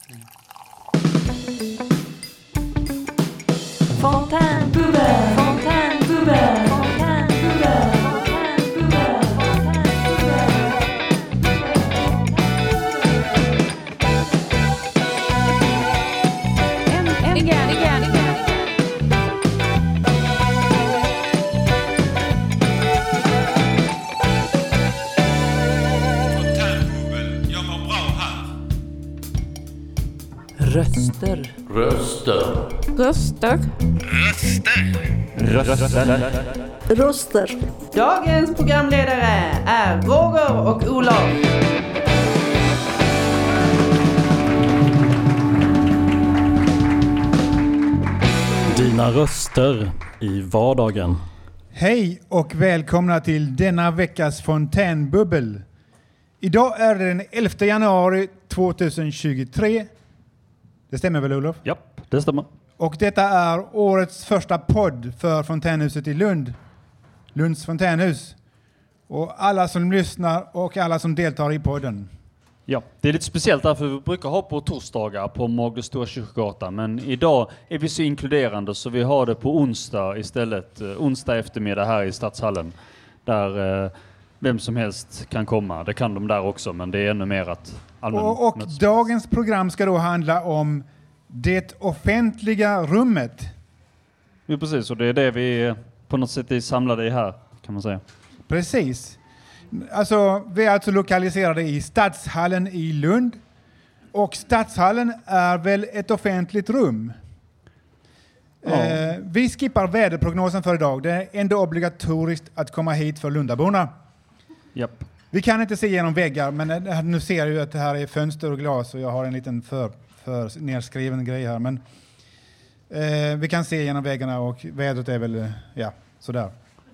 Fontänbubben, fontänbubben, fontänbubben, Röster. Dagens programledare är Roger och Olof. Dina röster i vardagen. Hej och välkomna till denna veckas fontänbubbel. Idag är det den 11 januari 2023. Det stämmer väl, Olof? Japp, det stämmer. Och detta är årets första podd för fontänhuset i Lund. Lunds fontänhus. Och alla som lyssnar och alla som deltar i podden. Ja, det är lite speciellt därför vi brukar ha på torsdagar på Maglös Stora Kyrkogatan. Men idag är vi så inkluderande så vi har det på onsdag istället. Onsdag eftermiddag här i Stadshallen. Där vem som helst kan komma. Det kan de där också, men det är ännu mer att och dagens program ska då handla om det offentliga rummet. Ja, precis. Och det är det vi på något sätt är samlade i här, kan man säga. Precis. Alltså, vi är alltså lokaliserade i Stadshallen i Lund. Och Stadshallen är väl ett offentligt rum. Ja. Vi skippar väderprognosen för idag. Det är ändå obligatoriskt att komma hit för Lundaborna. Japp. Vi kan inte se genom väggar, men nu ser jag ju att det här är fönster och glas och jag har en liten för nedskriven grej här. Men vi kan se genom väggarna och vädret är väl, ja, sådär.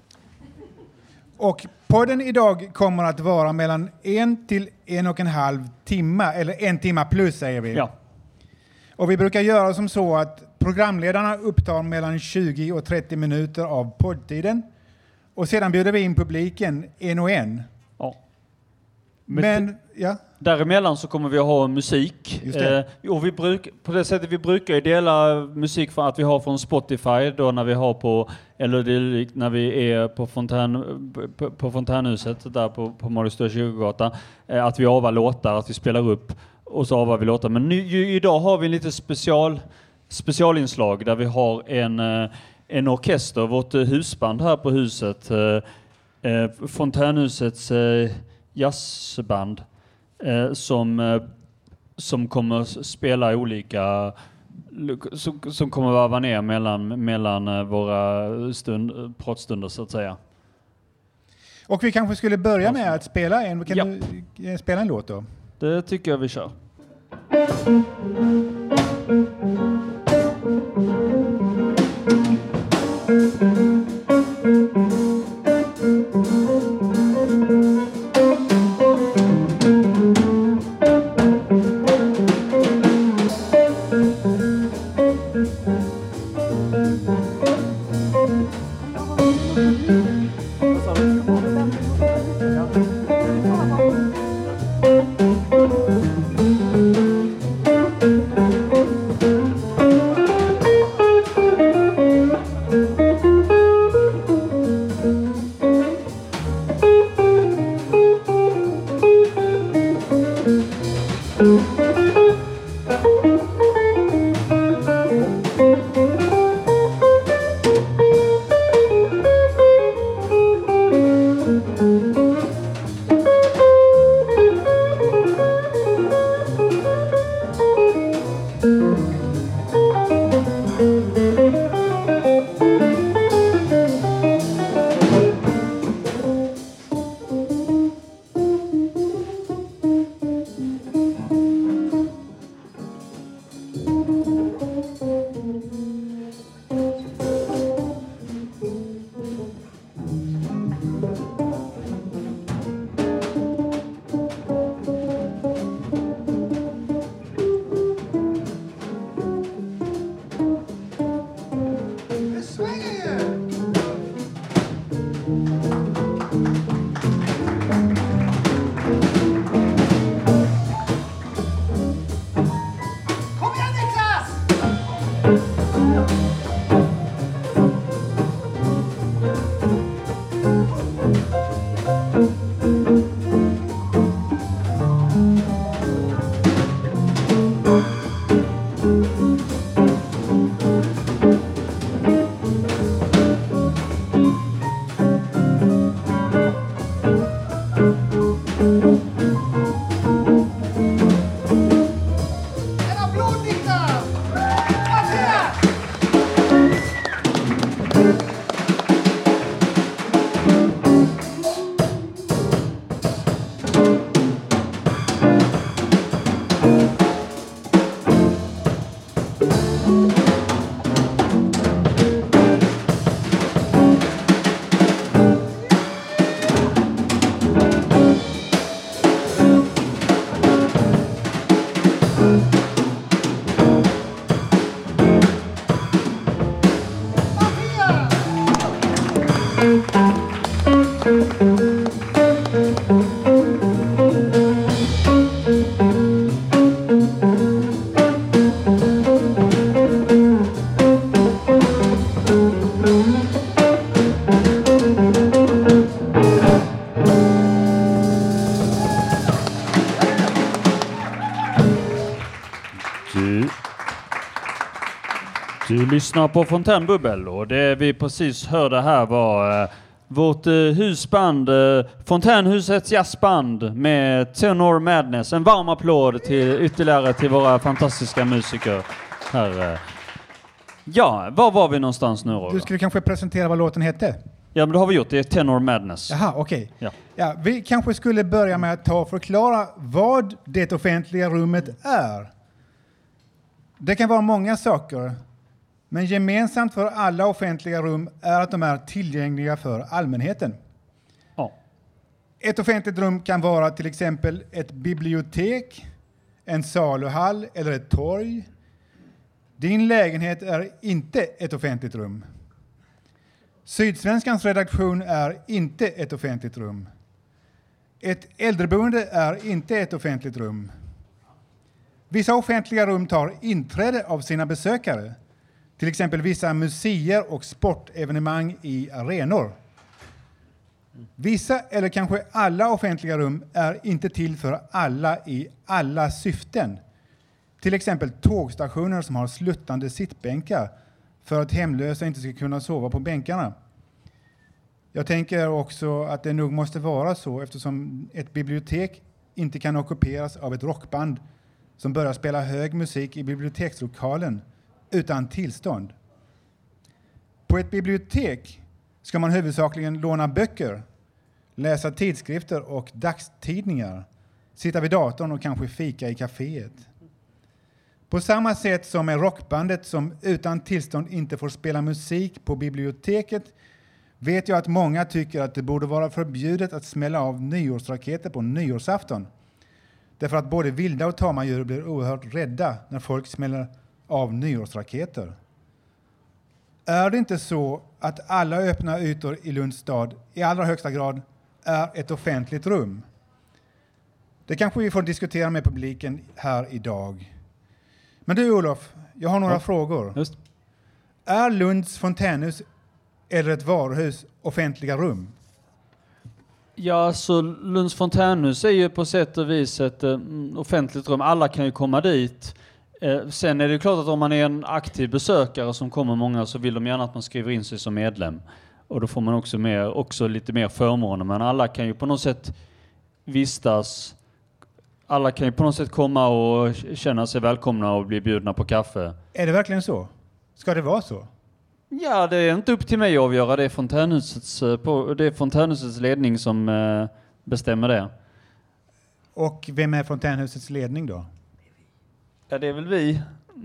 Och podden idag kommer att vara mellan 1 till 1,5 timmar, eller 1 timme plus säger vi. Ja. Och vi brukar göra som så att programledarna upptar mellan 20 och 30 minuter av poddtiden. Och sedan bjuder vi in publiken en och en. Ja. Men ja. Däremellan så kommer vi att ha musik. Och på det sättet vi brukar dela musik för att vi har från Spotify då när vi har på, eller när vi är på fontänhuset där på Maglös Stora Kyrkogatan, att vi avar låtar, att vi spelar upp och så avar vi låtar. Men idag har vi en lite specialinslag där vi har en orkester, vårt husband här på huset, fontänhusets jazzband. Som kommer spela olika, som kommer varva ner mellan våra pratstunder så att säga. Och vi kanske skulle börja med att spela Kan du spela en låt då? Det tycker jag vi kör. Du lyssnar på Fontänbubbel och det vi precis hörde här var vårt husband, Fontänhusets jazzband med Tenor Madness. En varm applåd ytterligare till våra fantastiska musiker här. Ja, var var vi någonstans nu, Roger? Du skulle kanske presentera vad låten hette? Ja, men det har vi gjort. Det är Tenor Madness. Jaha, okej. Ja. Ja, vi kanske skulle börja med att ta och förklara vad det offentliga rummet är. Det kan vara många saker, men gemensamt för alla offentliga rum är att de är tillgängliga för allmänheten. Ja. Ett offentligt rum kan vara till exempel ett bibliotek, en saluhall eller ett torg. Din lägenhet är inte ett offentligt rum. Sydsvenskans redaktion är inte ett offentligt rum. Ett äldreboende är inte ett offentligt rum. Vissa offentliga rum tar inträde av sina besökare. Till exempel vissa museer och sportevenemang i arenor. Vissa eller kanske alla offentliga rum är inte till för alla i alla syften. Till exempel tågstationer som har sluttande sittbänkar för att hemlösa inte ska kunna sova på bänkarna. Jag tänker också att det nog måste vara så eftersom ett bibliotek inte kan ockuperas av ett rockband som börjar spela hög musik i bibliotekslokalen utan tillstånd. På ett bibliotek ska man huvudsakligen låna böcker, läsa tidskrifter och dagstidningar, sitta vid datorn och kanske fika i kaféet. På samma sätt som med rockbandet som utan tillstånd inte får spela musik på biblioteket vet jag att många tycker att det borde vara förbjudet att smälla av nyårsraketer på nyårsafton. Därför att både vilda och tama djur blir oerhört rädda när folk smäller av nyårsraketer. Är det inte så att alla öppna ytor i Lunds stad i allra högsta grad är ett offentligt rum? Det kanske vi får diskutera med publiken här idag. Men du Olof, jag har några frågor. Just. Är Lunds fontänhus eller ett varuhus offentliga rum? Ja, så Lunds fontänhus är ju på sätt och vis ett offentligt rum. Alla kan ju komma dit. Sen är det klart att om man är en aktiv besökare som kommer många så vill de gärna att man skriver in sig som medlem. Och då får man också lite mer förmåner. Men alla kan ju på något sätt vistas. Alla kan ju på något sätt komma och känna sig välkomna och bli bjudna på kaffe. Är det verkligen så? Ska det vara så? Ja, det är inte upp till mig att avgöra. Det är fontänhusets ledning som bestämmer det. Och vem är fontänhusets ledning då? Ja, det är väl vi.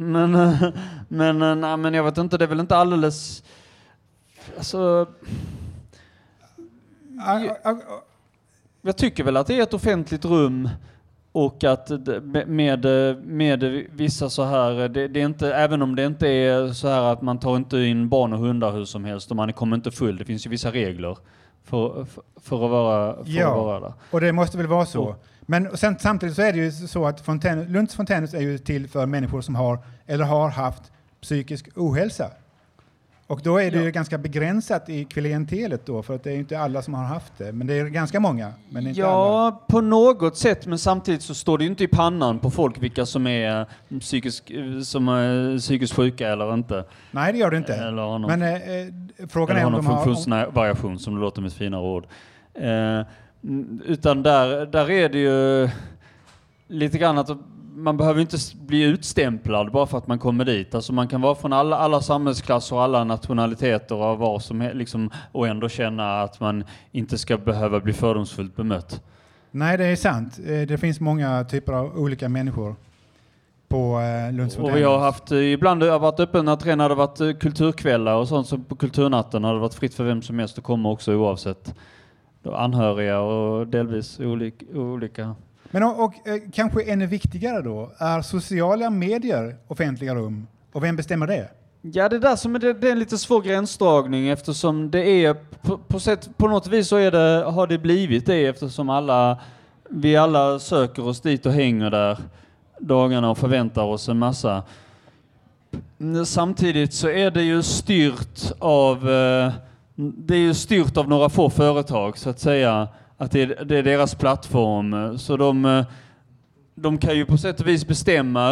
Men jag vet inte, det är väl inte alldeles... Alltså... Jag tycker väl att det är ett offentligt rum och att med vissa så här, det är inte, även om det inte är så här att man tar inte in barn och hundar hur som helst och man kommer inte full. Det finns ju vissa regler för att vara där. Och det måste väl vara så. Men sen, samtidigt så är det ju så att Lunds fontänhus är ju till för människor som har eller har haft psykisk ohälsa. Och då är det ju ganska begränsat i klientelet då, för att det är inte alla som har haft det. Men det är ganska många, men inte alla. På något sätt, men samtidigt så står det ju inte i pannan på folk vilka som är psykiskt sjuka eller inte. Nej, det gör det inte. Frågan är om de har funktionsvariation, som det låter med ett finare ord. Utan där är det ju lite grann att man behöver inte bli utstämplad bara för att man kommer dit. Alltså man kan vara från alla samhällsklasser och alla nationaliteter och var som liksom, och ändå känna att man inte ska behöva bli fördomsfullt bemött. Nej, det är sant. Det finns många typer av olika människor på Lunds fontänhus. Och vi har haft, ibland har jag varit öppen att det hade varit kulturkvällar och sånt, så på kulturnatten har det varit fritt för vem som helst att komma också, oavsett anhöriga och delvis olika. Men kanske ännu viktigare då, är sociala medier offentliga rum? Och vem bestämmer det? Ja, det där som det är en lite svår gränsdragning eftersom det är på något vis så har det blivit det eftersom vi alla söker oss dit och hänger där dagarna och förväntar oss en massa. Samtidigt så är det ju styrt av några få företag så att säga, att det är deras plattform, så de kan ju på sätt och vis bestämma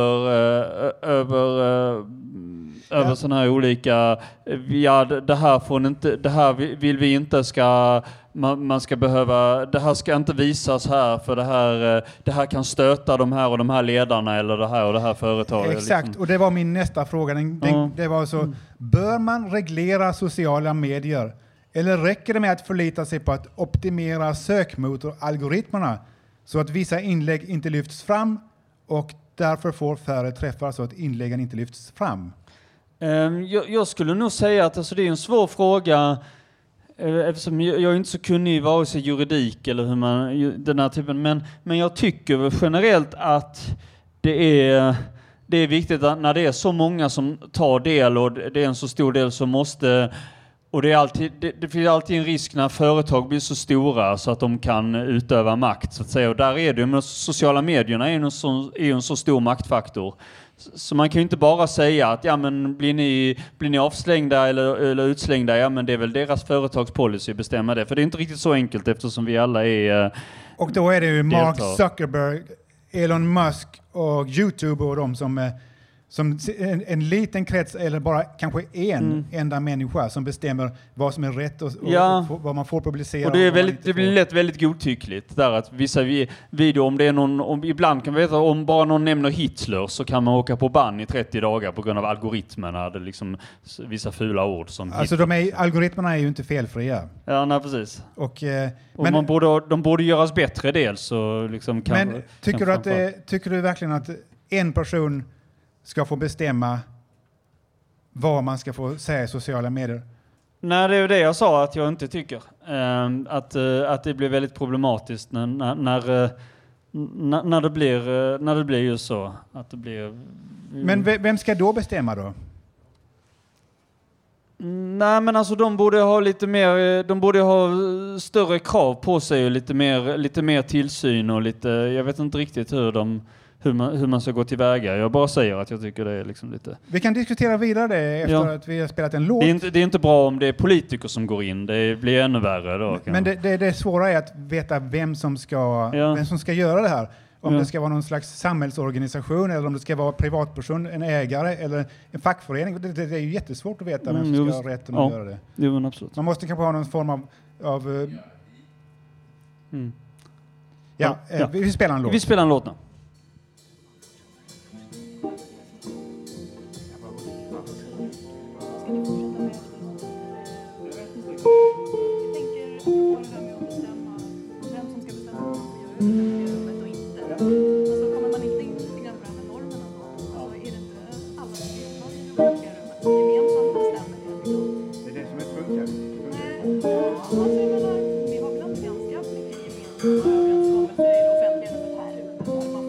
över sådana här olika, det här vill vi inte man ska behöva, det här ska inte visas här för det här kan stöta de här och de här ledarna eller det här och det här företaget. Exakt, liksom. Och det var min nästa fråga. Det var så, bör man reglera sociala medier eller räcker det med att förlita sig på att optimera sökmotoralgoritmerna så att vissa inlägg inte lyfts fram och därför får färre träffar så att inläggen inte lyfts fram? Jag skulle nog säga att alltså, det är en svår fråga eftersom jag är inte så kunnig i vare sig juridik eller hur man den här typen, men jag tycker generellt att det är viktigt att när det är så många som tar del och det är en så stor del som måste, och det finns alltid en risk när företag blir så stora så att de kan utöva makt så att säga, och där är det med sociala medierna är en så stor maktfaktor. Så man kan ju inte bara säga att ja, men blir ni avslängda eller utslängda, ja men det är väl deras företagspolicy att bestämma det. För det är inte riktigt så enkelt eftersom vi alla är och då är det ju Mark Zuckerberg, Elon Musk och YouTube och de som en liten krets eller bara kanske en enda människa som bestämmer vad som är rätt och vad man får publicera. Och det blir lätt väldigt godtyckligt där att vissa video om det är ibland kan vi veta om bara någon nämner Hitler så kan man åka på ban i 30 dagar på grund av algoritmerna, det liksom vissa fula ord som alltså algoritmerna är ju inte felfria. Ja, nej precis. Men de borde göras bättre dels så liksom tycker du verkligen att en person ska få bestämma vad man ska få säga i sociala medier? Nej, det är ju det jag sa att jag inte tycker. Att det blir väldigt problematiskt när det blir just så. Att det blir. Men vem ska då bestämma då? Nej, men alltså de borde ha lite mer, de borde ha större krav på sig och lite mer tillsyn och lite, jag vet inte riktigt hur man ska gå tillväga. Jag bara säger att jag tycker det är liksom lite. Vi kan diskutera vidare det efter att vi har spelat en låt. Det är inte bra om det är politiker som går in. Det blir ännu värre då. Men det svåra är att veta vem som ska göra det här. Om det ska vara någon slags samhällsorganisation eller om det ska vara privatperson, en ägare eller en fackförening. Det är ju jättesvårt att veta vem som ska ha rätten att göra det. Jo, absolut. Man måste kanske ha någon form av vi spelar en låt. Vi spelar en låt nu. Vi har glömt ganska mycket gemensamma överenskommelser i det offentliga rummet här ute.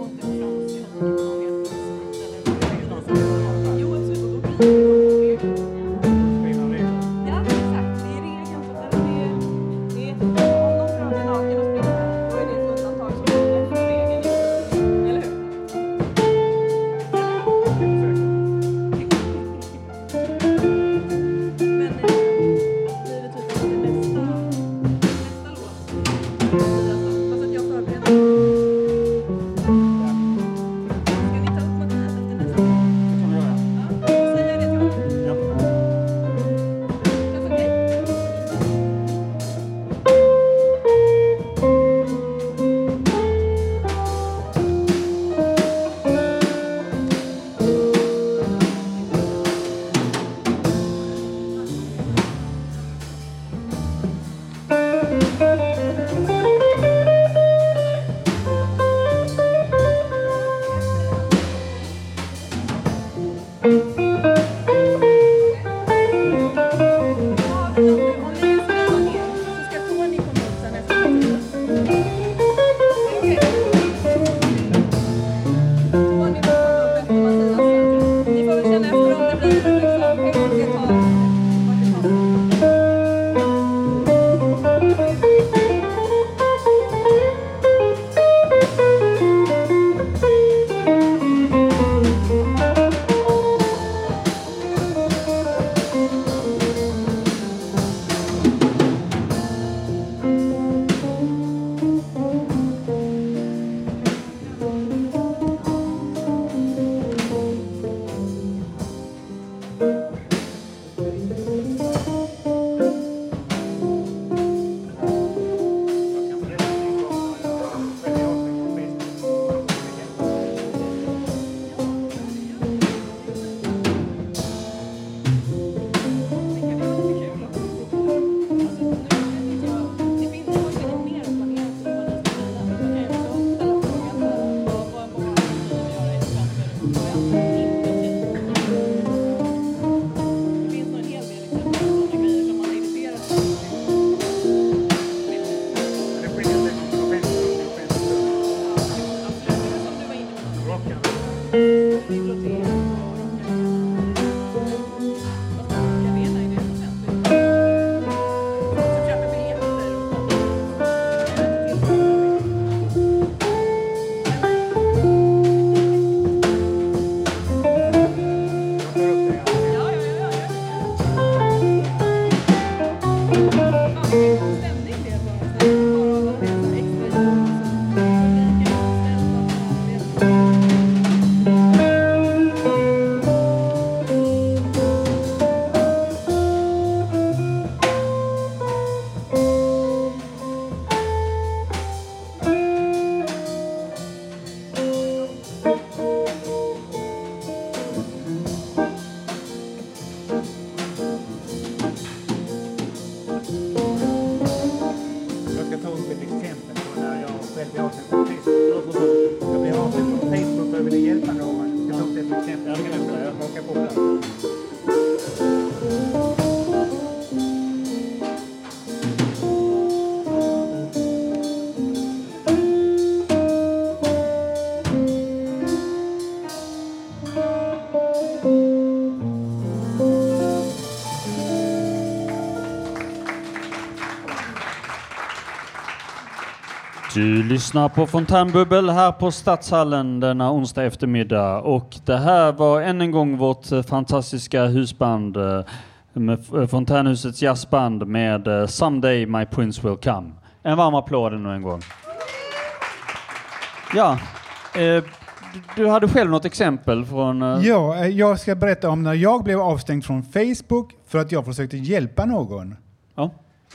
Du lyssnar på Fontänbubbel här på Stadshallen denna onsdag eftermiddag. Och det här var än en gång vårt fantastiska husband med Fontänhusets jazzband med Someday My Prince Will Come. En varm applåd ännu en gång. Ja, du hade själv något exempel från... Ja, jag ska berätta om när jag blev avstängd från Facebook för att jag försökte hjälpa någon. Ja.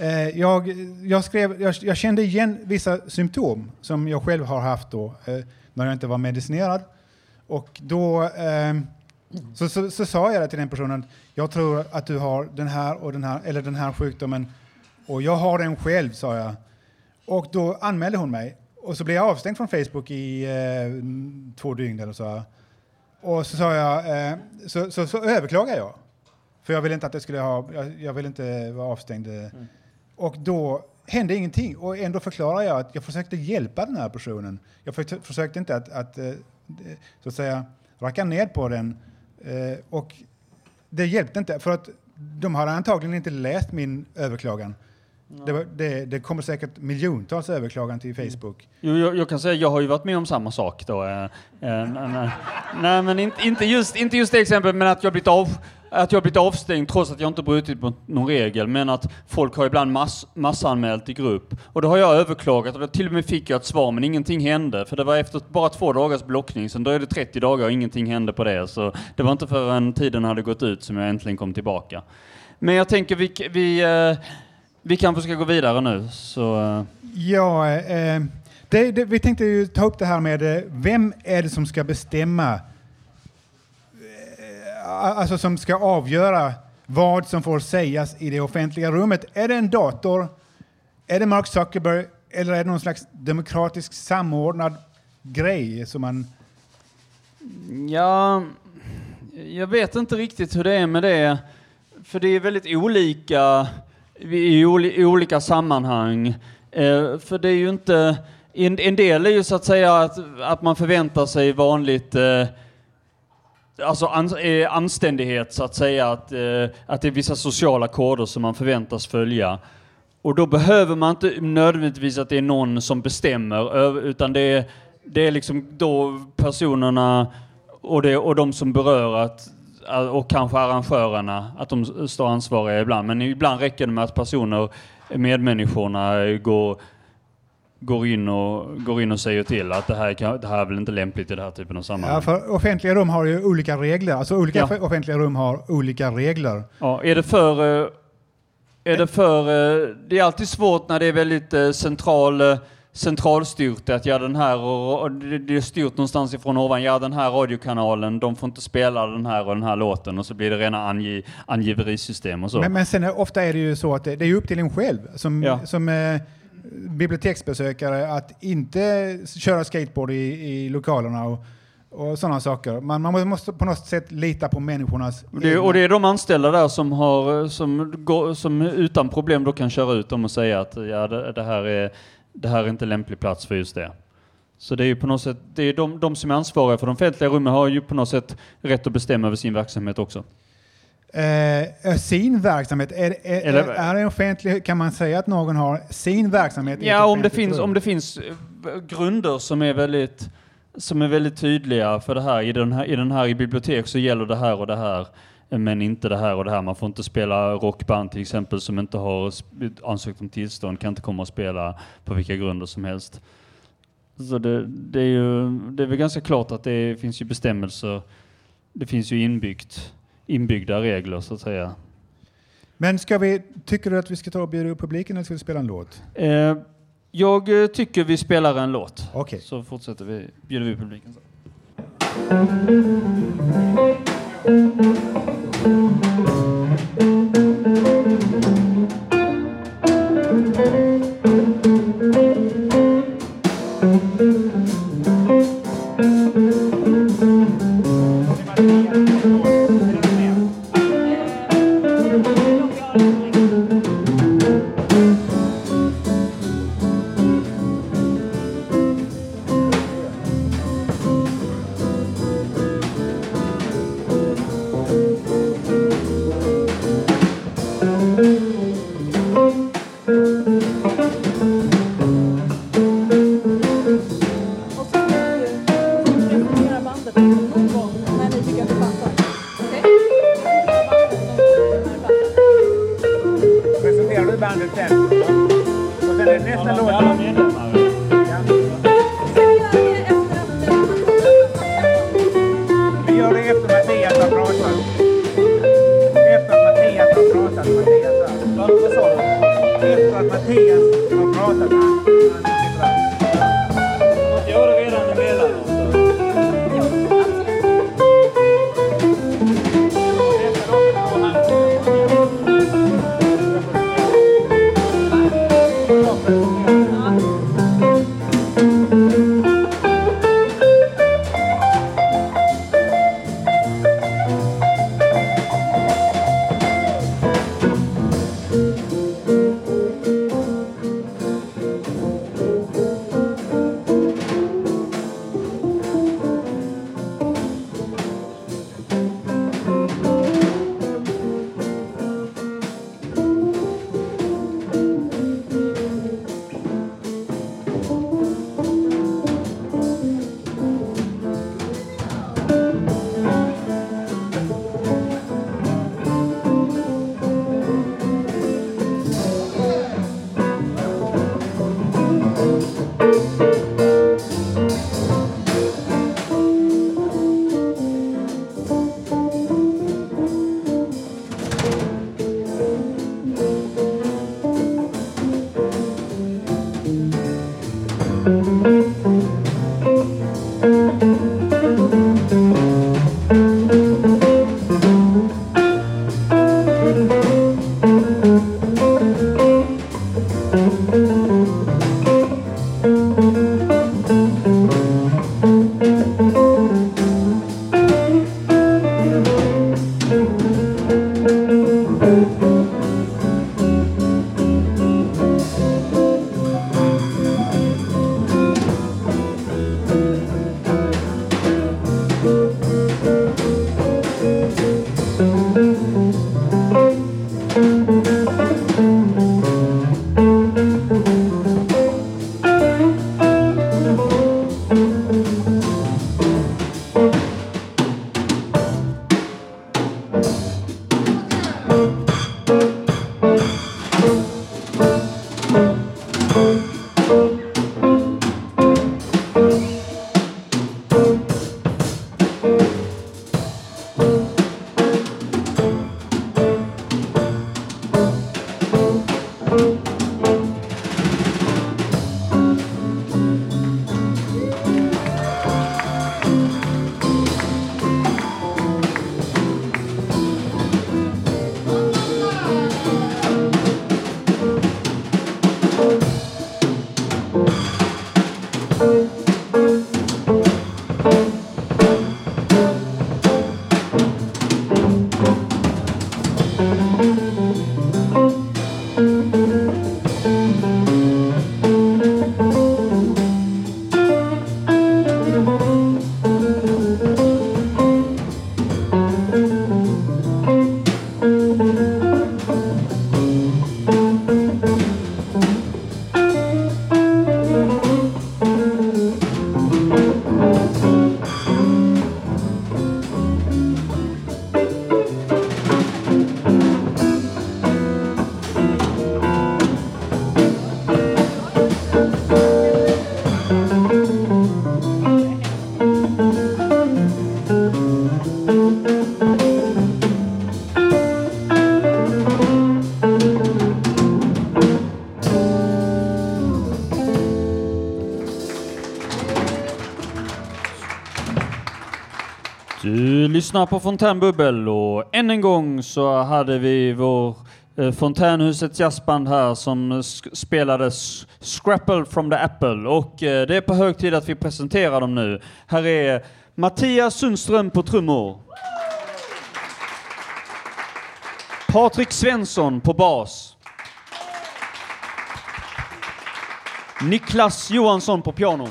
Jag kände igen vissa symptom som jag själv har haft då när jag inte var medicinerad. Och då så sa jag det till den personen: jag tror att du har den här och den här, eller den här sjukdomen, och jag har den själv, sa jag. Och då anmälde hon mig. Och så blev jag avstängd från Facebook i 2 dygn eller så. Och så sa jag, så överklagade jag. För jag ville inte att det skulle jag ville inte vara avstängd. Och då hände ingenting. Och ändå förklarar jag att jag försökte hjälpa den här personen. Jag försökte inte att så att säga racka ner på den. Och det hjälpte inte. För att de hade antagligen inte läst min överklagan. Det kommer säkert miljontals överklagan till Facebook. Jo, jag kan säga, jag har ju varit med om samma sak då. Nej, men inte just det exempel, men att jag blivit avstängd trots att jag inte brutit mot någon regel, men att folk har ibland massanmält i grupp. Och då har jag överklagat, och då till och med fick jag ett svar, men ingenting hände. För det var efter bara 2 dagars blockning, sen dröjde 30 dagar och ingenting hände på det. Så det var inte förrän tiden hade gått ut som jag äntligen kom tillbaka. Men jag tänker vi kanske ska gå vidare nu. Så. Ja, vi tänkte ju ta upp det här med vem är det som ska bestämma, alltså som ska avgöra vad som får sägas i det offentliga rummet. Är det en dator? Är det Mark Zuckerberg? Eller är det någon slags demokratisk samordnad grej som man... Ja, jag vet inte riktigt hur det är med det. För det är väldigt olika i olika sammanhang. För det är ju inte... En del är ju så att säga att man förväntar sig vanligt... Alltså anständighet, så att säga, att det är vissa sociala koder som man förväntas följa. Och då behöver man inte nödvändigtvis att det är någon som bestämmer, utan det är liksom då personerna och de som berör och kanske arrangörerna, att de står ansvariga ibland. Men ibland räcker det med att personer, medmänniskorna, går in och säger till att det här är väl inte lämpligt i det här typen av sammanhang. Ja, för offentliga rum har ju olika regler. Alltså offentliga rum har olika regler. Ja, det är alltid svårt när det är väldigt centralstyrt att den här och det är styrt någonstans ifrån ovan. Den här radiokanalen, de får inte spela den här låten, och så blir det rena angiverisystem och så. Men sen ofta är det ju så att det är upp till en själv som biblioteksbesökare att inte köra skateboard i lokalerna och sådana saker. Man måste på något sätt lita på människornas... Och det är de anställda där som utan problem då kan köra ut dem och säga att det här är inte lämplig plats för just det. Så det är ju på något sätt, det är de som är ansvariga för de offentliga rummen har ju på något sätt rätt att bestämma över sin verksamhet också. Sin verksamhet, är det offentlig, kan man säga att någon har sin verksamhet? Ja, om det finns grunder som är väldigt tydliga för det här i bibliotek så gäller det här och det här, men inte det här och det här. Man får inte spela rockband till exempel som inte har ansökt om tillstånd, kan inte komma och spela på vilka grunder som helst. Så det är väl ganska klart att det finns ju bestämmelser, det finns ju inbyggda regler så att säga. Men tycker du att vi ska ta och bjuda upp publiken eller ska vi spela en låt? Jag tycker vi spelar en låt. Okay. Så bjuder vi publiken. Du lyssnar på Fontänbubbel och än en gång så hade vi vår Fontänhusets jazzband här som spelade Scrapple from the Apple och det är på hög tid att vi presenterar dem nu. Här är Mattias Sundström på trummor. Patrik Svensson på bas. Niklas Johansson på piano.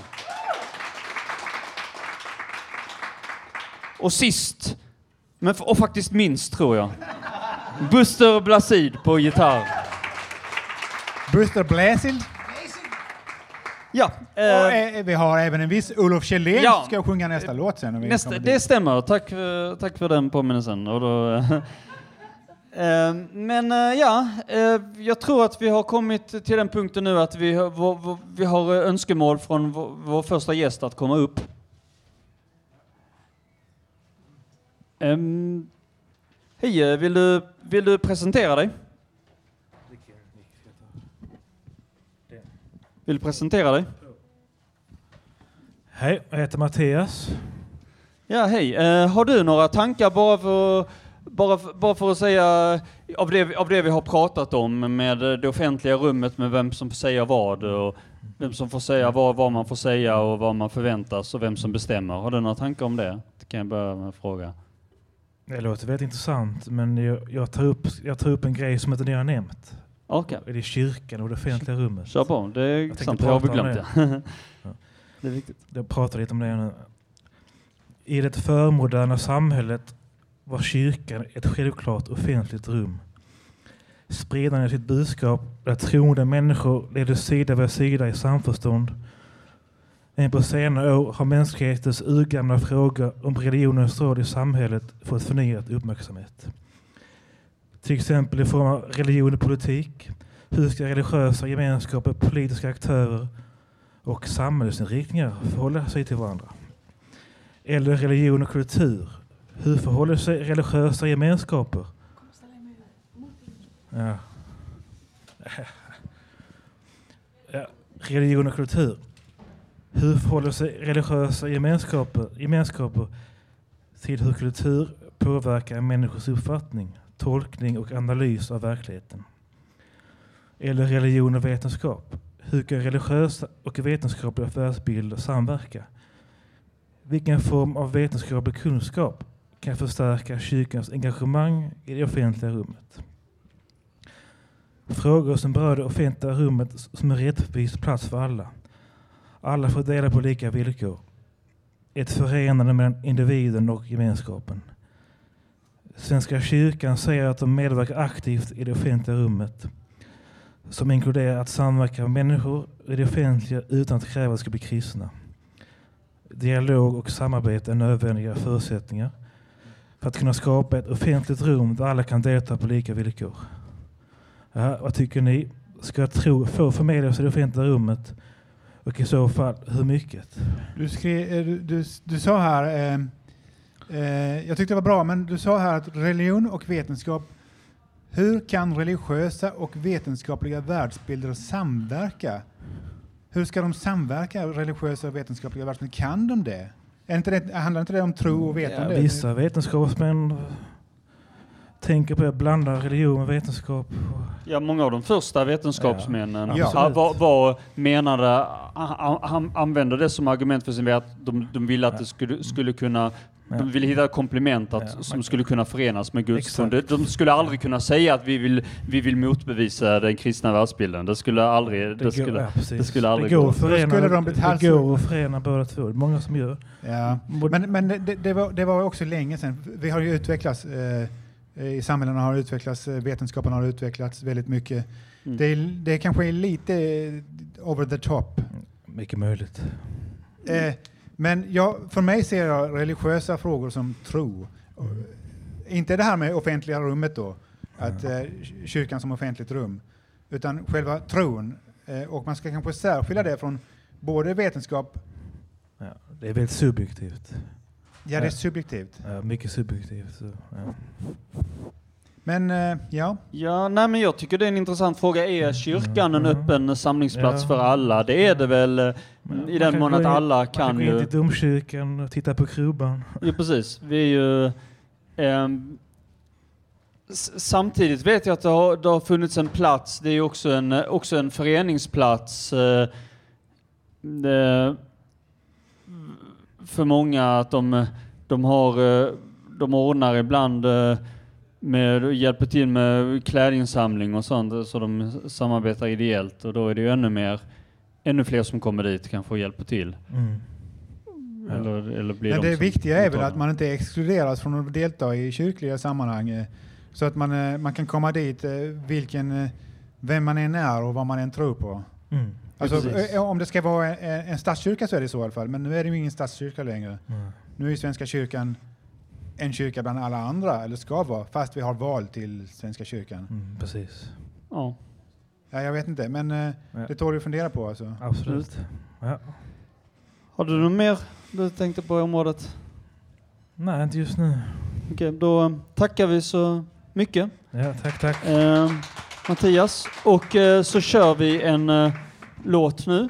Och sist, och faktiskt minst tror jag, Buster Blazid på gitarr. Buster Blazid. Ja. Och vi har även en viss Olof Kjellén som ska sjunga nästa låt sen. Det stämmer. Tack för den påminnelsen. Och då, jag tror att vi har kommit till den punkten nu att vi har önskemål från vår första gäst att komma upp. Hej, vill du presentera dig? Vill du presentera dig? Hej, jag heter Mattias. Ja, hej. Har du några tankar bara för att säga av det vi har pratat om med det offentliga rummet, med vem som får säga vad och vem som får säga vad man får säga och vad man förväntas och vem som bestämmer. Har du några tankar om det? Det kan jag börja med att fråga. Det låter väldigt intressant, men jag tar upp en grej som inte ni har nämnt. Okay. Det är kyrkan och det offentliga rummet. Kör på, det är sant. Det har vi glömt det. Ja. Det är viktigt. Jag pratar lite om det nu. I det förmoderna samhället var kyrkan ett självklart offentligt rum. Spridande sitt budskap där troende människor ledde sida vid sida i samförstånd. Men på senare år har mänsklighetens urgamla frågor om religionens roll i samhället fått förnyad uppmärksamhet. Till exempel i form av religion och politik, hur ska religiösa gemenskaper, politiska aktörer och samhällsinriktningar förhålla sig till varandra. Eller religion och kultur, hur förhåller sig religiösa gemenskaper? Ja. Religion och kultur. Hur förhåller sig religiösa gemenskaper till hur kultur påverkar människors uppfattning, tolkning och analys av verkligheten? Eller religion och vetenskap. Hur kan religiösa och vetenskapliga världsbilder samverka? Vilken form av vetenskaplig kunskap kan förstärka kyrkans engagemang i det offentliga rummet? Frågor som berör det offentliga rummet som en rättvis plats för alla. Alla får dela på lika villkor. Ett förenande mellan individen och gemenskapen. Svenska kyrkan säger att de medverkar aktivt i det offentliga rummet, som inkluderar att samverka med människor i det offentliga utan att kräva att de ska bli kristna. Dialog och samarbete är nödvändiga förutsättningar för att kunna skapa ett offentligt rum där alla kan delta på lika villkor. Ja, vad tycker ni? Ska tro få förmedlas i det offentliga rummet? Och i så fall, hur mycket? Du sa här, jag tyckte det var bra, men du sa här att religion och vetenskap, hur kan religiösa och vetenskapliga världsbilder samverka? Hur ska de samverka, religiösa och vetenskapliga världsbilder? Kan de det? Handlar inte det om tro och vetande? Ja, vissa vetenskapsmän tänker på att blanda religion och vetenskap. Ja, många av de första vetenskapsmännen använde det som argument för sin värld. De ville att det skulle kunna... De ville hitta komplement som skulle kunna förenas med Guds tron. De skulle aldrig kunna säga att vi vill motbevisa den kristna världsbilden. Det skulle aldrig gå. Det går att förena båda två. Det är många som gör. Ja. Men det var också länge sedan. Vi har ju utvecklats... I samhällena har utvecklats, vetenskapen har utvecklats väldigt mycket. Det kanske är lite over the top. Mycket möjligt. Men för mig ser jag religiösa frågor som tro. Inte det här med offentliga rummet då, att kyrkan som offentligt rum, utan själva tron. Och man ska kanske särskilja det från både vetenskap... Ja, det är väldigt subjektivt. Ja, det är subjektivt. Ja, mycket subjektivt. Så, ja. Men ja. Ja, nej, men jag tycker det är en intressant fråga. Är kyrkan en öppen samlingsplats för alla? Det är det väl i den mån att alla kan man kan gå in till domkyrkan och titta på krubban. Ja, precis. Vi är ju... samtidigt vet jag att det har funnits en plats. Det är också en föreningsplats för många att de ordnar ibland hjälper till med klädinsamling och sånt, så de samarbetar ideellt, och då är det ju ännu fler som kommer dit kanske och hjälper till. Eller blir men det viktiga är väl att man inte exkluderas från att delta i kyrkliga sammanhang, så att man kan komma dit vem man än är och vad man än tror på. Alltså, om det ska vara en statskyrka så är det så i alla fall, men nu är det ju ingen statskyrka längre. Nu är Svenska kyrkan en kyrka bland alla andra, eller ska vara, fast vi har val till Svenska kyrkan. Precis. Ja. Ja, jag vet inte, men det tål att fundera på. Alltså. Absolut. Ja. Har du något mer du tänkte på i området? Nej, inte just nu. Okej, då tackar vi så mycket. Ja, tack. Mattias. Och så kör vi en låt nu.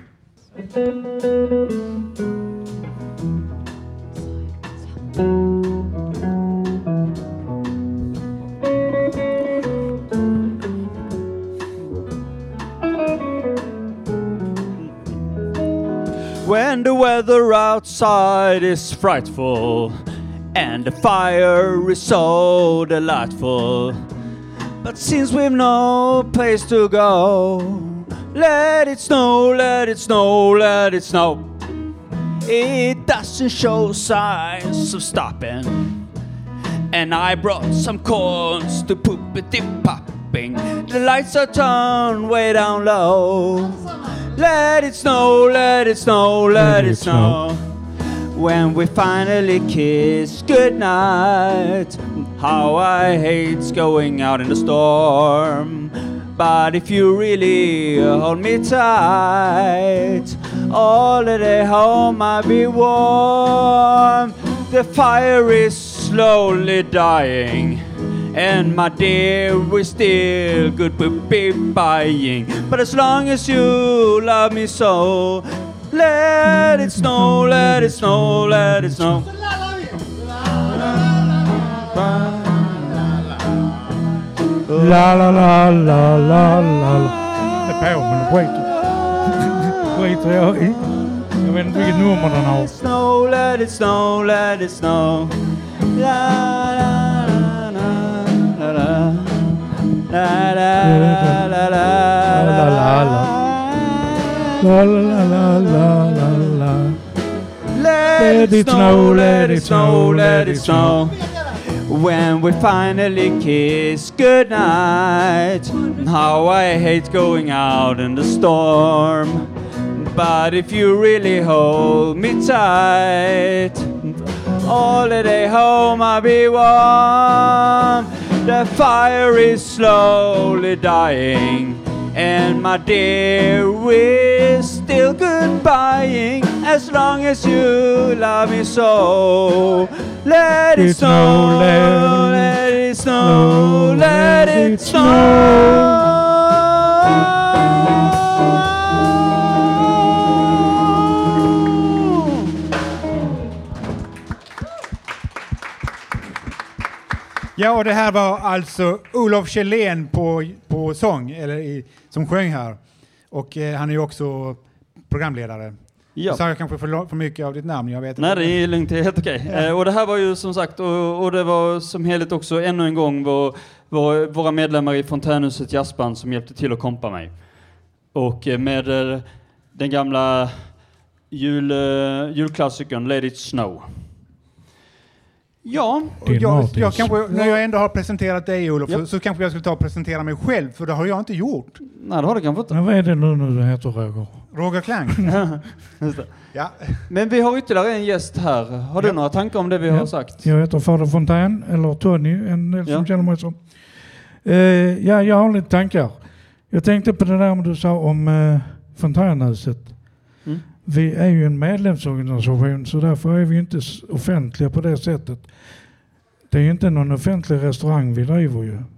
When the weather outside is frightful and the fire is so delightful, but since we've no place to go, let it snow, let it snow, let it snow. It doesn't show signs of stopping, and I brought some corns to poopity-popping. The lights are turned way down low. Let it snow, let it snow, let it snow. When we finally kiss goodnight, how I hate going out in the storm. But if you really hold me tight, all the day home I'll be warm. The fire is slowly dying, and my dear, we're still good be buying. But as long as you love me so, let it snow, let it snow, let it snow. La la la la la la. Det är på, men skiter jag i. Jag vet inte vilket nummer den har. Snow, let it snow, let it snow. La la la la la. La la la la la la la. La la la la la la. Let it snow, let it snow, let it snow. When we finally kiss goodnight, how I hate going out in the storm. But if you really hold me tight, all the day home I'll be warm. The fire is slowly dying, and my dear, we're still goodbying. As long as you love me so, let it snow, let it snow, let it snow. Ja, och det här var alltså Olof Kjellén på sång, som sjöng här. Och han är ju också programledare. Ja. Så jag kanske för mycket av ditt namn, jag vet inte. Nej, det är lugnt, det är helt okej. Ja. Och det här var ju som sagt, och det var som helhet också ännu en gång våra medlemmar i Fontänhuset jazzband som hjälpte till att kompa mig. Och med den gamla julklassikern Let It Snow. Ja, jag kanske, när jag ändå har presenterat dig, Olof, så kanske jag skulle ta och presentera mig själv, för det har jag inte gjort. Nej, det har du kanske inte. Men vad är det nu du heter, Roger? Roger Klang. Just det. Ja. Men vi har ytterligare en gäst här. Har du några tankar om det vi har sagt? Jag heter Fader Fontän, eller Tony, en del som känner mig som. Jag har lite tankar. Jag tänkte på det där du sa om Fontänhuset. Vi är ju en medlemsorganisation, så därför är vi inte offentliga på det sättet. Det är ju inte någon offentlig restaurang vi driver ju.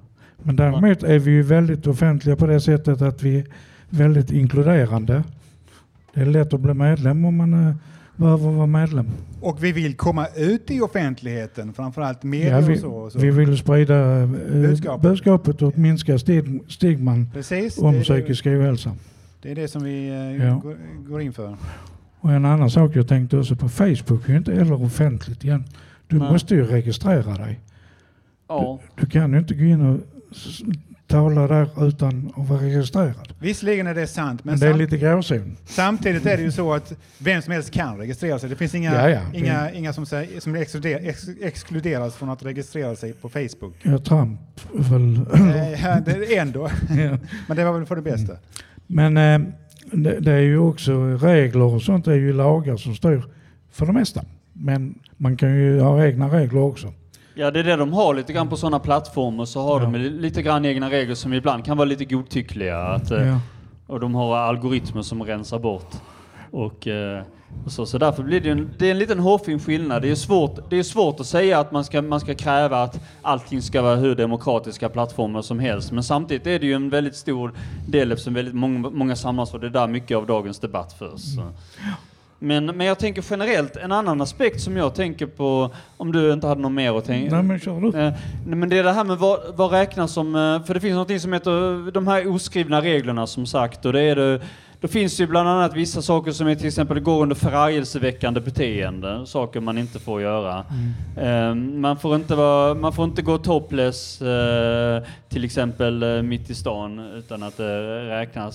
Men däremot är vi ju väldigt offentliga på det sättet att vi är väldigt inkluderande. Det är lätt att bli medlem om man behöver vara medlem. Och vi vill komma ut i offentligheten, framförallt media och så. Vi vill sprida budskapet och minska stigman om psykisk ohälsa. Det är det som vi går in för. Och en annan sak jag tänkte också på, Facebook är ju inte heller offentligt igen. Du måste ju registrera dig. Ja. Du kan ju inte gå in och tala där utan att vara registrerad. Visserligen är det sant, men det är lite gråzon. Samtidigt är det ju så att vem som helst kan registrera sig. Det finns inga som exkluderas från att registrera sig på Facebook. Ja, Trump väl. Det är ändå. Men det var väl för det bästa. Men det är ju också regler och sånt, det är ju lagar som styr för det mesta. Men man kan ju ha egna regler också. Ja, det är det de har lite grann på sådana plattformar, så har de lite grann egna regler som ibland kan vara lite godtyckliga. Och de har algoritmer som rensar bort. Och så därför blir det är en liten hårfin skillnad. Det är svårt att säga att man ska kräva att allting ska vara hur demokratiska plattformar som helst. Men samtidigt är det ju en väldigt stor del eftersom väldigt många samlas, och det är där mycket av dagens debatt förs. Men jag tänker generellt, en annan aspekt som jag tänker på, om du inte hade något mer att tänka. Nej, men kör du. Men det är det här med vad räknas som, för det finns något som heter de här oskrivna reglerna som sagt, och då finns ju bland annat vissa saker som är till exempel går under förargelseväckande beteende, saker man inte får göra. Man får inte gå topless till exempel mitt i stan utan att det räknas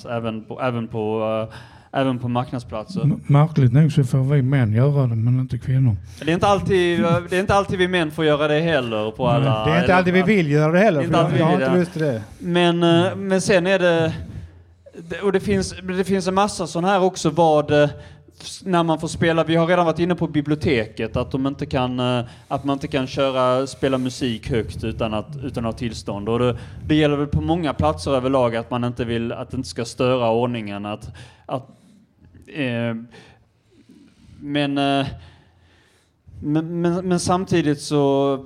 även på marknadsplatser. Märkligt nog så får vi män göra det, men inte kvinnor. Det är inte alltid vi män får göra det heller på alla. Det är inte alltid vi vill göra det heller. Jag har inte lust till det. Men sen är det, och det finns en massa sån här också när man får spela. Vi har redan varit inne på biblioteket att man inte kan spela musik högt utan att ha tillstånd. Och det gäller väl på många platser överlag att man inte vill att det inte ska störa ordningen men samtidigt så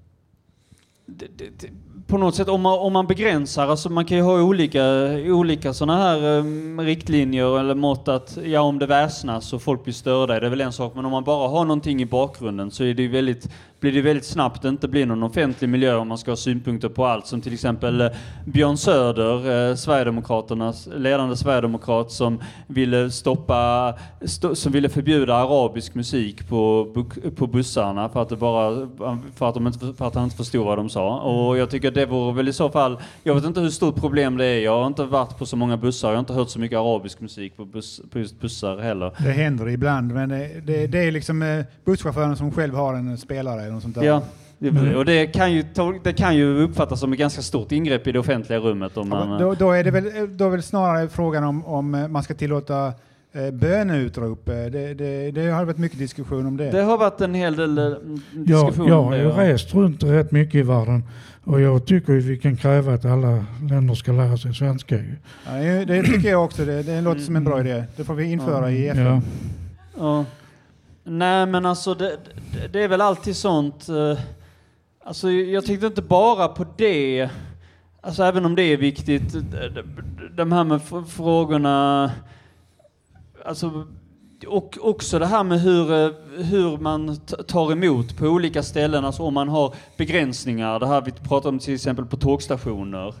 på något sätt om man begränsar, alltså man kan ju ha olika såna här riktlinjer eller mått att om det väsnas och folk blir störda, det är väl en sak, men om man bara har någonting i bakgrunden så är det ju blir det väldigt snabbt inte blir någon offentlig miljö om man ska ha synpunkter på allt, som till exempel Björn Söder, Sverigedemokraternas ledande sverigedemokrat, som ville förbjuda arabisk musik på bussarna för att han inte förstod vad de sa. Och jag tycker att det vore väl i så fall, jag vet inte hur stort problem det är. Jag har inte varit på så många bussar, jag har inte hört så mycket arabisk musik på just bussar heller. Det händer ibland, men det är liksom busschauffören som själv har en spelare eller något sånt där. Ja. Och det kan ju uppfattas som ett ganska stort ingrepp i det offentliga rummet. Då är det väl snarare frågan om man ska tillåta böneutrop. Det har varit mycket diskussion om det. Det har varit en hel del diskussion jag om det. Jag har rest runt rätt mycket i världen och jag tycker att vi kan kräva att alla länder ska lära sig svenska. Ja, det tycker jag också. Det låter som en bra idé. Det får vi införa i FN. Ja. Nej, men alltså det är väl alltid sånt. Alltså jag tänkte inte bara på det. Alltså även om det är viktigt. De här med frågorna. Alltså, och också det här med hur man tar emot på olika ställen. Alltså om man har begränsningar. Det här vi pratar om till exempel på tågstationer.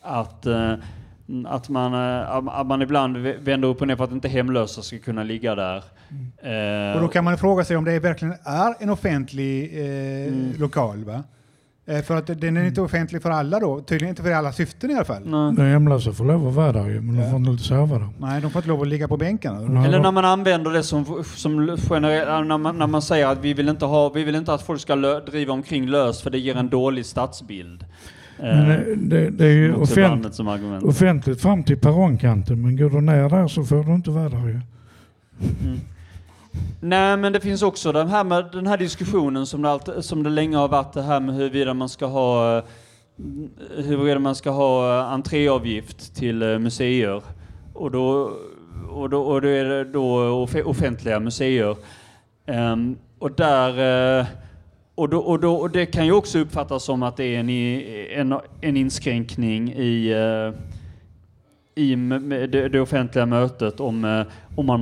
Att man ibland vänder upp och ner för att inte hemlösa ska kunna ligga där. Och då kan man fråga sig om det verkligen är en offentlig lokal, va? För att den är inte offentlig för alla då. Tydligen inte för alla syften i alla fall. De hemlösa får lov att vara där, men de får inte sova där. Nej, de får inte lov att ligga på bänkarna. Eller när man använder det som generellt, när man säger att vi vill inte att folk ska driva omkring löst för det ger en dålig stadsbild. Men det är ju offentligt fram till perrongkanten, men går du ner där så får du inte vara där ju. Nej, men det finns också den här diskussionen som det länge har varit, det här med huruvida man ska ha entréavgift till museer och då är det då offentliga museer. Och Och det kan ju också uppfattas som att det är en inskränkning i det offentliga mötet om man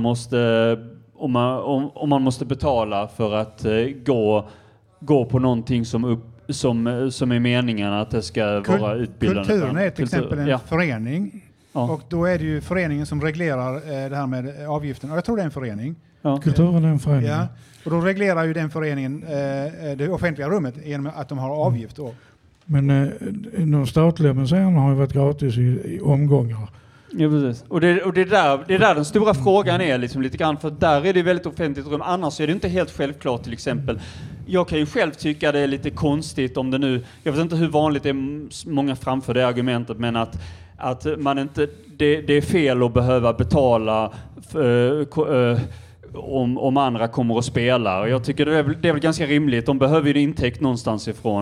måste betala för att gå på någonting som är meningen att det ska vara utbildande. Kulturen är till exempel en förening. Ja. Och då är det ju föreningen som reglerar det här med avgiften. Och jag tror det är en förening. Ja. Kulturen är en förening. Ja. Och då reglerar ju den föreningen det offentliga rummet genom att de har avgift då. Men de statliga museerna har ju varit gratis i omgångar. Ja, precis. Och det är där den stora frågan är liksom lite grann, för där är det väldigt offentligt rum. Annars är det inte helt självklart till exempel. Jag kan ju själv tycka det är lite konstigt om det nu, jag vet inte hur vanligt det är, många framför det argumentet, men att man inte, det är fel att behöva betala om andra kommer och spelar. Jag tycker det är väl ganska rimligt. De behöver ju intäkt någonstans ifrån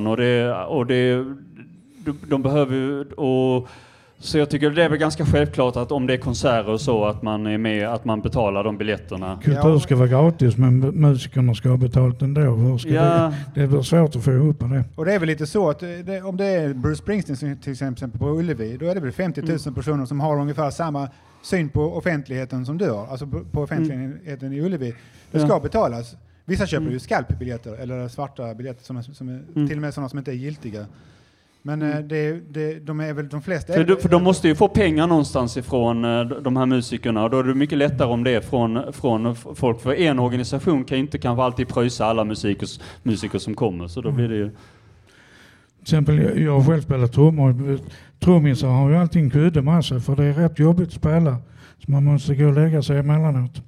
de behöver så jag tycker det är väl ganska självklart att om det är konserter och så att man är med, att man betalar de biljetterna. Kultur ska vara gratis, men musikerna ska ha betalt ändå. Det blir svårt att få ihop det. Och det är väl lite så att om det är Bruce Springsteen till exempel på Ullevi, då är det väl 50 000 personer som har ungefär samma syn på offentligheten som du har. Alltså på offentligheten i Ullevi. Det ska betalas. Vissa köper ju skalpbiljetter eller svarta biljetter som är till och med sådana som inte är giltiga. Men de är väl de flesta... För de måste ju få pengar någonstans ifrån de här musikerna. Och då är det mycket lättare om det är från folk. För en organisation kan inte kanske alltid pröjsa alla musiker som kommer. Så då blir det ju... Till exempel, jag har själv spelat trummor. Trummisar har ju alltid en kudde med sig, för det är rätt jobbigt att spela. Så man måste gå och lägga sig emellanåt.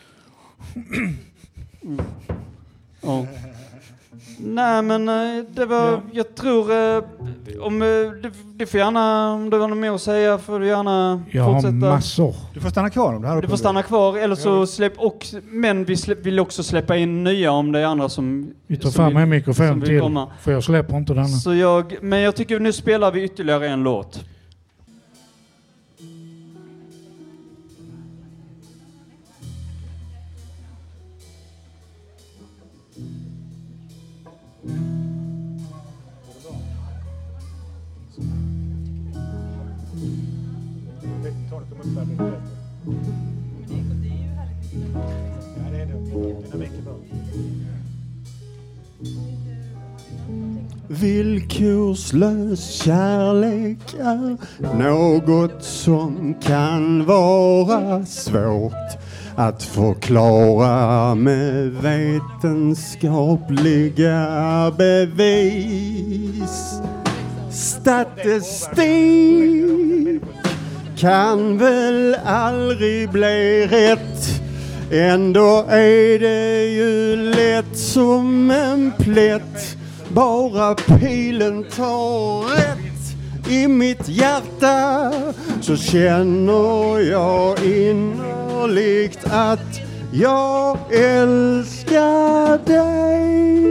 Ja. Nej, men det var, jag tror om du får gärna, om det var något mer att säga får du gärna fortsätta. Jag har massor. Du får stanna kvar om det här. Du får stanna kvar, eller så men vi vill också släppa in nya om det är andra som... Vi tar fram en mikrofon till, för jag släpper inte denna. Men jag tycker nu spelar vi ytterligare en låt. Villkorslös kärlek är något som kan vara svårt att förklara med vetenskapliga bevis. Statistik kan väl aldrig bli rätt. Ändå är det ju lätt som en plätt. Bara pilen tar rätt i mitt hjärta, så känner jag innerligt att jag älskar dig.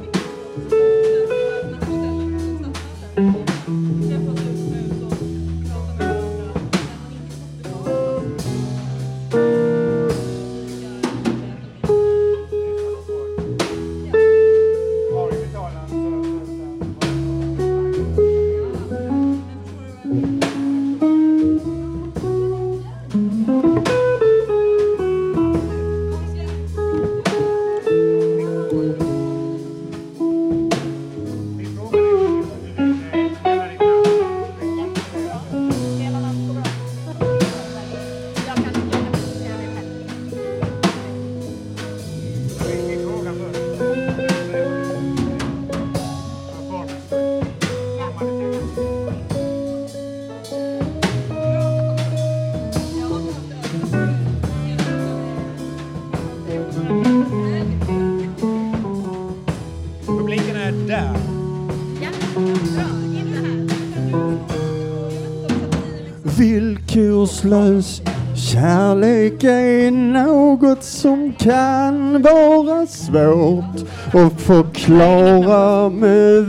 Villkorslös kärlek är något som kan vara svårt att förklara med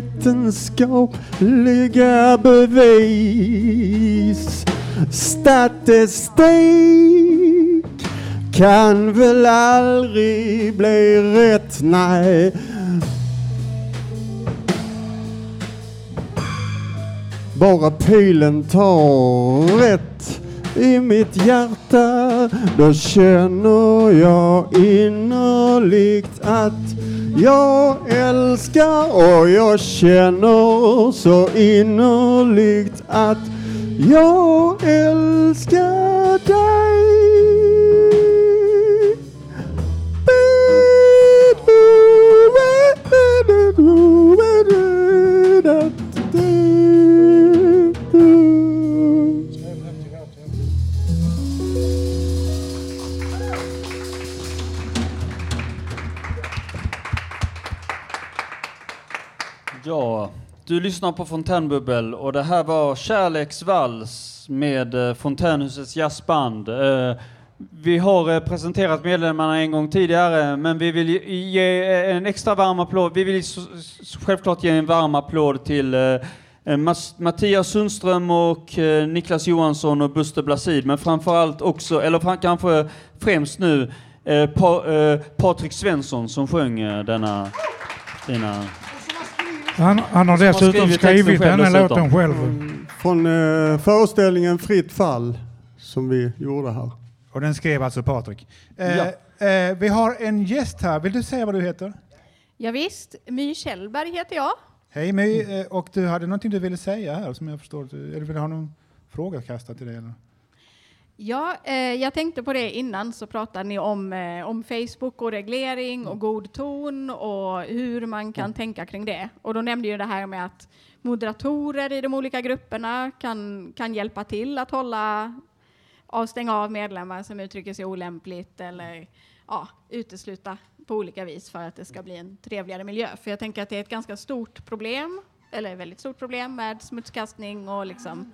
vetenskapliga bevis. Statistik kan väl aldrig bli rätt, nej. bara pilen tar rätt i mitt hjärta, då känner jag innerligt att jag älskar, och jag känner så innerligt att jag älskar dig. Ja, du lyssnar på Fontänbubbel och det här var Kärleksvals med Fontänhusets jazzband. Vi har presenterat medlemmarna en gång tidigare, men vi vill ge en extra varm applåd. Vi vill självklart ge en varm applåd till Mattias Sundström och Niklas Johansson och Buster Blasid, men framförallt också, eller kanske främst nu, Patrik Svensson som sjöng denna fina... Han har dessutom skrivit den här låten själv. Från föreställningen Fritt fall som vi gjorde här. Och den skrev alltså Patrik. Vi har en gäst här. Vill du säga vad du heter? Ja, visst. My Kjellberg heter jag. Hej My. Och du hade någonting du ville säga här som jag förstår. Eller vill du ha någon fråga kastad till dig? Eller? Ja, jag tänkte på det innan, så pratade ni om Facebook och reglering och god ton och hur man kan tänka kring det. Och då nämnde ju det här med att moderatorer i de olika grupperna kan hjälpa till att stänga av medlemmar som uttrycker sig olämpligt eller utesluta på olika vis för att det ska bli en trevligare miljö. För jag tänker att det är ett ganska stort problem, eller väldigt stort problem med smutskastning och liksom...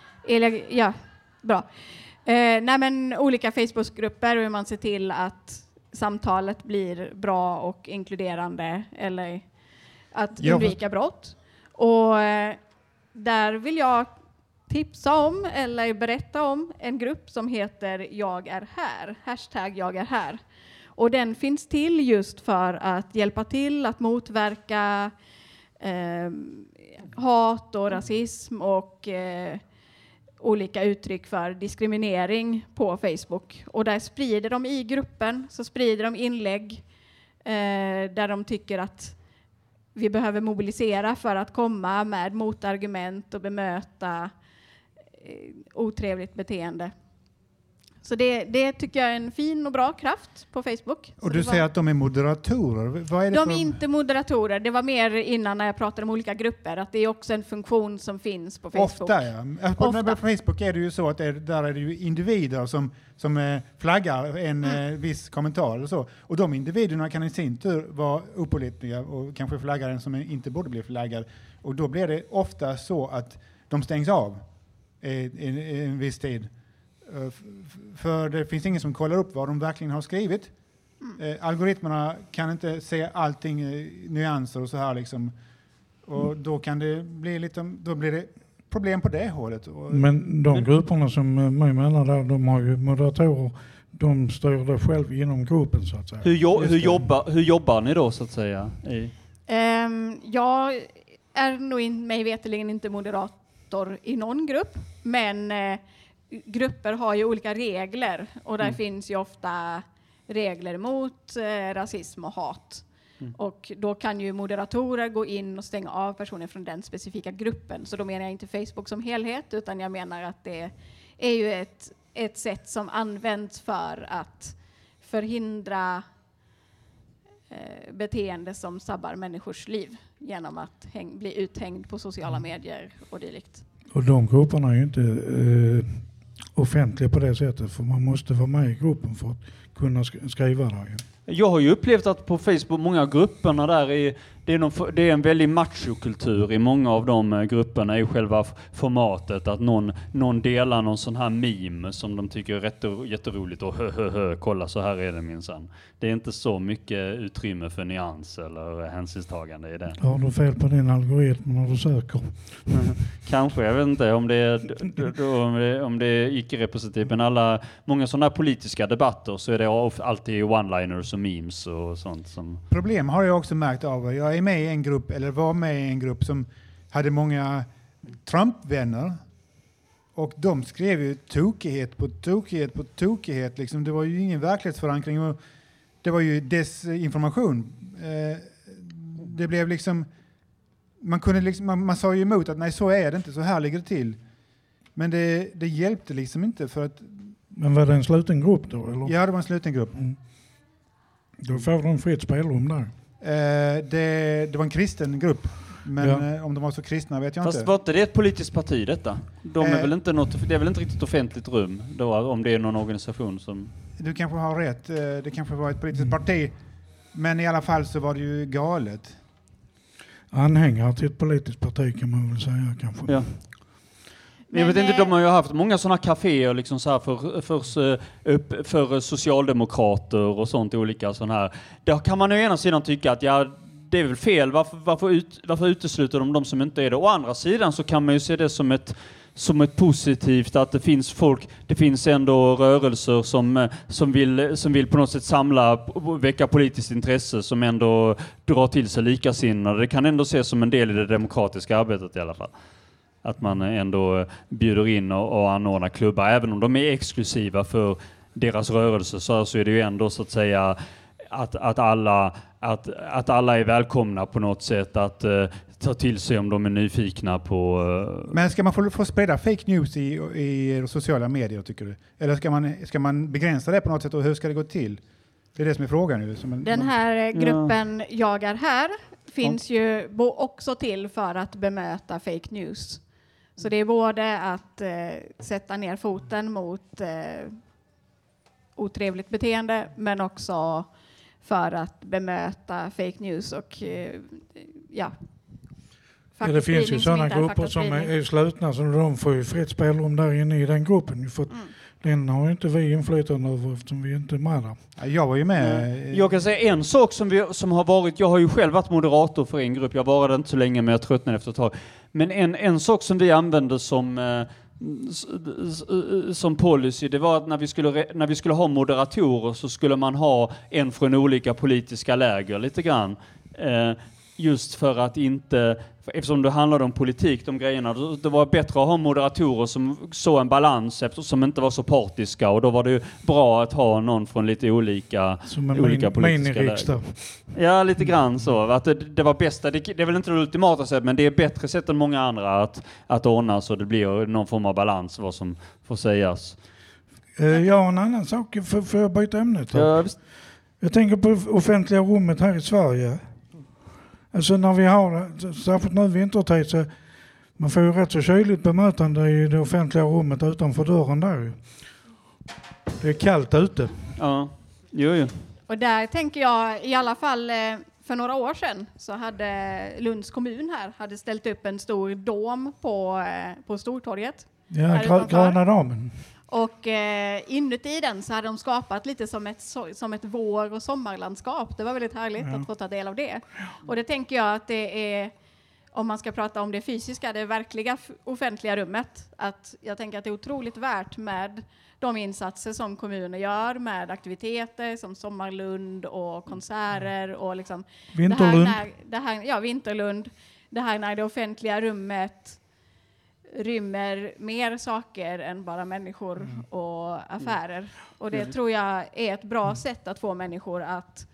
bra. Olika Facebookgrupper och hur man ser till att samtalet blir bra och inkluderande eller att undvika brott. Och där vill jag tipsa om eller berätta om en grupp som heter Jag är här, #jag är här. Och den finns till just för att hjälpa till att motverka hat och rasism och olika uttryck för diskriminering på Facebook. Och där sprider de i gruppen, så sprider de inlägg där de tycker att vi behöver mobilisera för att komma med motargument och bemöta otrevligt beteende. Så det tycker jag är en fin och bra kraft på Facebook. Och du säger att de är moderatorer. Vad är det de är inte moderatorer. Det var mer innan när jag pratade om olika grupper. Att det är också en funktion som finns på Facebook. Ofta, ja. På Facebook är det ju så att där är det ju individer som flaggar en viss kommentar eller så. Och de individerna kan i sin tur vara opålitliga och kanske flaggar en som inte borde bli flaggad. Och då blir det ofta så att de stängs av i en viss tid. För det finns ingen som kollar upp vad de verkligen har skrivit. Algoritmerna kan inte se allting nyanser och så här liksom. Och då kan det bli då blir det problem på det hållet. Men de grupperna som man menar där, de har ju moderatorer. De styr det själv inom gruppen så att säga. Hur jobbar ni då så att säga? Jag är nog mig veterligen inte moderator i någon grupp, men grupper har ju olika regler och där finns ju ofta regler mot rasism och hat. Och då kan ju moderatorer gå in och stänga av personer från den specifika gruppen. Så då menar jag inte Facebook som helhet, utan jag menar att det är ju ett sätt som används för att förhindra beteende som sabbar människors liv genom att bli uthängd på sociala medier och dylikt. Och de grupperna är ju inte offentliga på det sättet, för man måste vara med i gruppen för att kunna skriva där. Jag har ju upplevt att på Facebook, många av grupperna där det är en väldig machokultur i många av de grupperna i själva formatet. Att någon delar någon sån här meme som de tycker är jätteroligt och kolla så här är det minsann. Det är inte så mycket utrymme för nyans eller hänsynstagande i det. Har du fel på din algoritm när du söker? Kanske, jag vet inte om det är icke-representativt, men många sådana politiska debatter så är det alltid one-liners och memes och sånt som... Problem har jag också märkt av. Jag är med i en grupp, eller var med i en grupp som hade många Trump-vänner. Och de skrev ju tokighet på tokighet på tokighet. Liksom. Det var ju ingen verklighetsförankring. Och det var ju desinformation. Det blev liksom... Man sa ju emot att nej, så är det inte. Så här ligger det till. Men det hjälpte liksom inte för att... Men var det en sluten grupp då? Eller? Ja, det var en sluten grupp. Då får de fritt spelrum där. Det var en kristen grupp. Men om de var så kristna vet jag inte. Fast var inte det ett politiskt parti detta? Det är väl inte riktigt offentligt rum då, om det är någon organisation som... Du kanske har rätt. Det kanske var ett politiskt parti. Men i alla fall så var det ju galet. Anhängare till ett politiskt parti kan man väl säga kanske. Ja. Men jag vet inte, de har ju haft många sådana kaféer liksom så här för socialdemokrater och sånt olika sådana här. Där kan man ju ena sidan tycka att det är väl fel. Varför utesluter de som inte är det? Å andra sidan så kan man ju se det som ett positivt att det finns folk, det finns ändå rörelser som vill på något sätt samla och väcka politiskt intresse som ändå drar till sig likasinnade. Det kan ändå ses som en del i det demokratiska arbetet i alla fall. Att man ändå bjuder in och anordnar klubbar. Även om de är exklusiva för deras rörelse så är det ju ändå så att säga att alla är välkomna på något sätt att ta till sig om de är nyfikna på... Men ska man få sprida fake news i sociala medier tycker du? Eller ska man begränsa det på något sätt och hur ska det gå till? Det är det som är frågan nu. Den här gruppen Jag är här finns ju också till för att bemöta fake news. Så det är både att sätta ner foten mot otrevligt beteende men också för att bemöta fake news och det finns ju sådana grupper som är slutna så de får ju fritt spelrum där inne i den gruppen. Den har ju inte vi inflytande över eftersom vi inte är med där. Jag var ju med. Jag kan säga en sak som har varit, jag har ju själv varit moderator för en grupp, jag var det inte så länge men jag tröttnade efter ett tag. Men en sak som vi använde som policy, det var att när vi skulle ha moderatorer så skulle man ha en från olika politiska läger lite grann. Just för att inte, eftersom det handlade om politik, de grejerna, det var bättre att ha moderatorer som såg en balans som inte var så partiska och då var det ju bra att ha någon från lite olika politiska läger. Ja, lite grann så. Att det var bästa, det är väl inte det ultimata sätt, men det är bättre sätt än många andra att ordna så det blir någon form av balans vad som får sägas. Jag har en annan sak, för jag byta ämnet. Jag tänker på offentliga rummet här i Sverige. Alltså när vi har, särskilt nu vintertid så man får ju rätt så kyligt bemötande i det offentliga rummet utanför dörren där. Det är kallt ute. Ja, jo. Och där tänker jag i alla fall för några år sedan så hade Lunds kommun hade ställt upp en stor dom på Stortorget. Ja, gröna damen. Och inuti den så hade de skapat lite som ett vår- och sommarlandskap. Det var väldigt härligt att få ta del av det. Och det tänker jag att det är, om man ska prata om det fysiska, det verkliga offentliga rummet. Att jag tänker att det är otroligt värt med de insatser som kommuner gör med aktiviteter som Sommarlund och konserter och liksom Vinterlund. Vinterlund. Det här när det offentliga rummet rymmer mer saker än bara människor och affärer. Och det tror jag är ett bra sätt att få människor att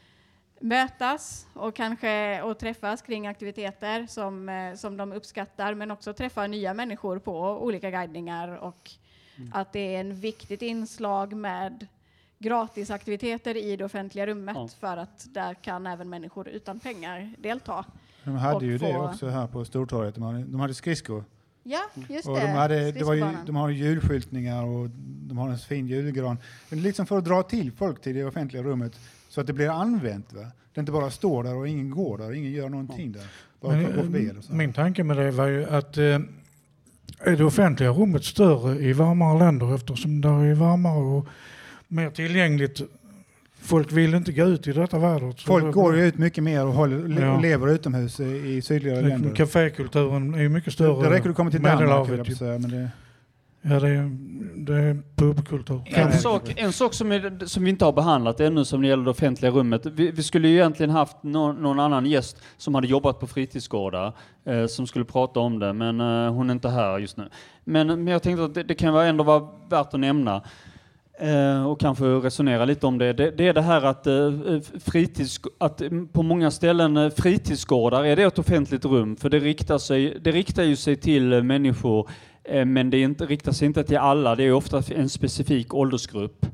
mötas och kanske träffas kring aktiviteter som de uppskattar, men också träffa nya människor på olika guidningar och att det är en viktigt inslag med gratisaktiviteter i det offentliga rummet för att där kan även människor utan pengar delta. De hade ju det också här på Stortorget. De hade skridskor. Ja, just och de har julskyltningar och de har en fin julgran. Men liksom för att dra till folk till det offentliga rummet så att det blir använt. Va? Det inte bara står där och ingen går där, ingen gör någonting där. Bara förbi eller så. Min tanke med det var ju att är det offentliga rummet större i varmare länder eftersom det är varmare och mer tillgängligt. Folk vill inte gå ut i detta vädret. Folk går ju ut mycket mer och lever utomhus i sydligare länder. Cafékulturen är ju mycket större. Det räcker att komma till Danmark. Ja, det är pubkultur. En sak som vi inte har behandlat ännu som det gäller det offentliga rummet. Vi skulle ju egentligen haft någon annan gäst som hade jobbat på fritidsgårdar som skulle prata om det, men hon är inte här just nu. Men jag tänkte att det kan ändå vara värt att nämna och kanske resonera lite om det. Det är det här att att på många ställen fritidsgårdar är det ett offentligt rum, för det riktar ju sig till människor. Men det riktar sig inte till alla, det är ofta en specifik åldersgrupp.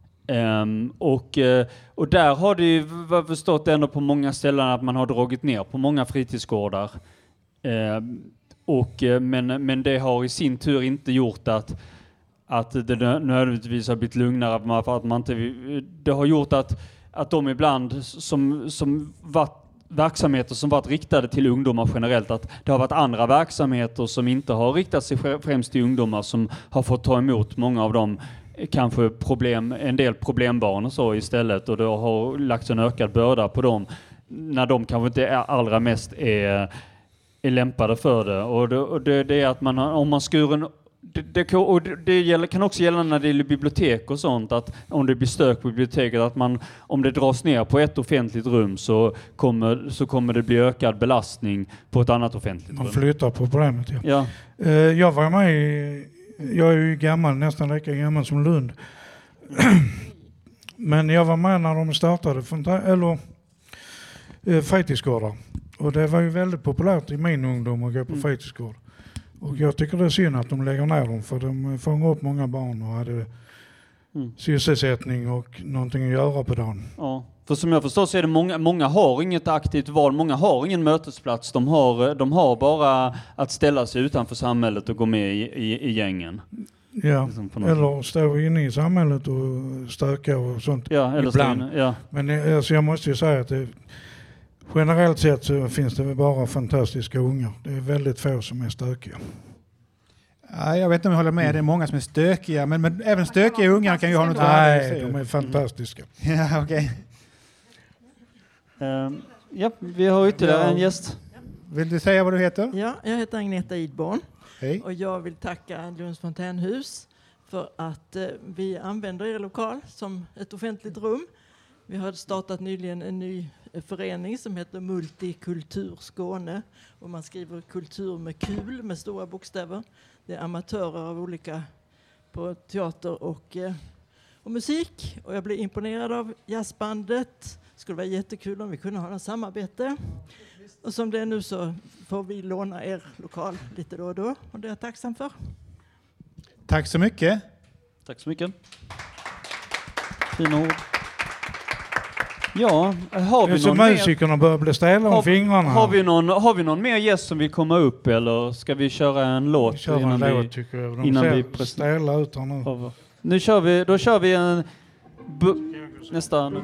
Och där har det ju förstått ändå på många ställen att man har dragit ner på många fritidsgårdar. Men det har i sin tur inte gjort att det nödvändigtvis har blivit lugnare. För att man inte, det har gjort att de ibland som varit verksamheter som varit riktade till ungdomar generellt, att det har varit andra verksamheter som inte har riktat sig främst till ungdomar som har fått ta emot många av dem, kanske en del problembarn och så istället, och det har lagts en ökad börda på dem när de kanske inte allra mest är lämpade för det. Och det är att man har, om man skuren det kan också gälla när det gäller bibliotek och sånt, att om det blir stök på biblioteket, att om det dras ner på ett offentligt rum så kommer det bli ökad belastning på ett annat offentligt rum. Man flyttar problemet, ja. Jag var med jag är ju gammal, nästan lika gammal som Lund. Men jag var med när de startade fritidsgårdar. Och det var ju väldigt populärt i min ungdom att gå på fritidsgård. Och jag tycker det är synd att de lägger ner dem, för de fångar upp många barn och hade sysselsättning och någonting att göra på dagen. Ja, för som jag förstår så är det många har inget aktivt val, många har ingen mötesplats, de har bara att ställa sig utanför samhället och gå med i gängen. Ja, eller stå inne i samhället och stöka och sånt. Ja, eller ibland. Ja. Men alltså, jag måste ju säga att generellt sett så finns det bara fantastiska ungar. Det är väldigt få som är stökiga. Ja, jag vet inte om jag håller med. Det är många som är stökiga. Men även stökiga ungar kan ju ha något värde. Nej, de är fantastiska. Ja, okej. Ja, vi har ytterligare en gäst. Vill du säga vad du heter? Ja, jag heter Agneta Idborn. Hej. Och jag vill tacka Lunds fontänhus för att vi använder er lokal som ett offentligt rum. Vi har startat nyligen en ny förening som heter Multikultur Skåne, och man skriver kultur med kul med stora bokstäver. Det är amatörer av olika på teater och musik, och jag blev imponerad av jazzbandet. Det skulle vara jättekul om vi kunde ha ett samarbete. Och som det är nu så får vi låna er lokal lite då och då, och det är jag tacksam för. Tack så mycket. Tack så mycket. Fina ord. Ja, har vi någon musikerna börjar bli stela om fingrarna. Har vi någon mer gäst som vill komma upp, eller ska vi köra en låt? Kör en låt tycker jag. De ser stela ut här nu. Då kör vi en nästa.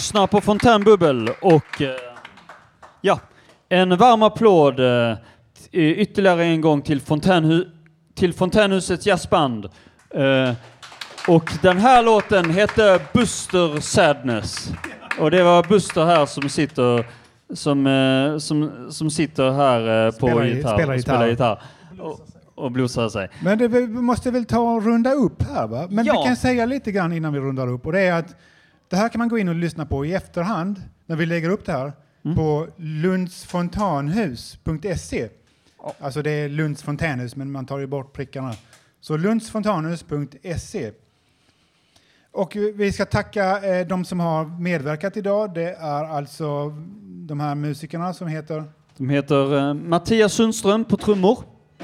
lyssnar på Fontänbubbel och en varm applåd ytterligare en gång till Fontänhusets jazzband. Och den här låten heter Buster Sadness. Och det var Buster här som sitter här på spelar gitarr och blåser sig. Men vi måste väl ta och runda upp här, va? Men vi kan säga lite grann innan vi rundar upp, och det är att det här kan man gå in och lyssna på i efterhand när vi lägger upp det här på lundsfontanhus.se. Alltså det är Lunds fontänhus, men man tar ju bort prickarna. Så lundsfontanhus.se. Och vi ska tacka de som har medverkat idag. Det är alltså de här musikerna som heter... De heter Mattias Sundström på trummor.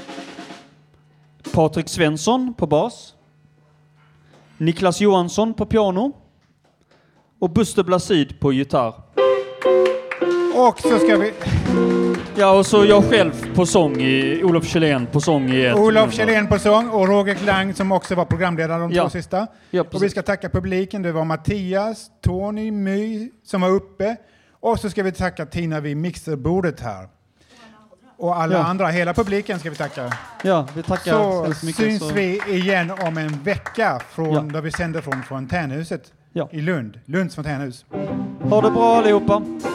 Patrik Svensson på bas. Niklas Johansson på piano. Och Buster Blasid på gitarr. Och så ska vi... Ja, och så jag själv på sång Olof Kjellén på sång i Olof Kjellén på sång och Roger Klang som också var programledare de två sista. Ja, och vi ska tacka publiken. Det var Mattias, Tony, My som var uppe. Och så ska vi tacka Tina vid mixerbordet här. Och alla andra, hela publiken ska vi tacka. Ja, vi tackar så mycket. Syns vi igen om en vecka där vi sänder från Fontänhuset i Lund. Lunds fontänhus. Ha det bra allihopa.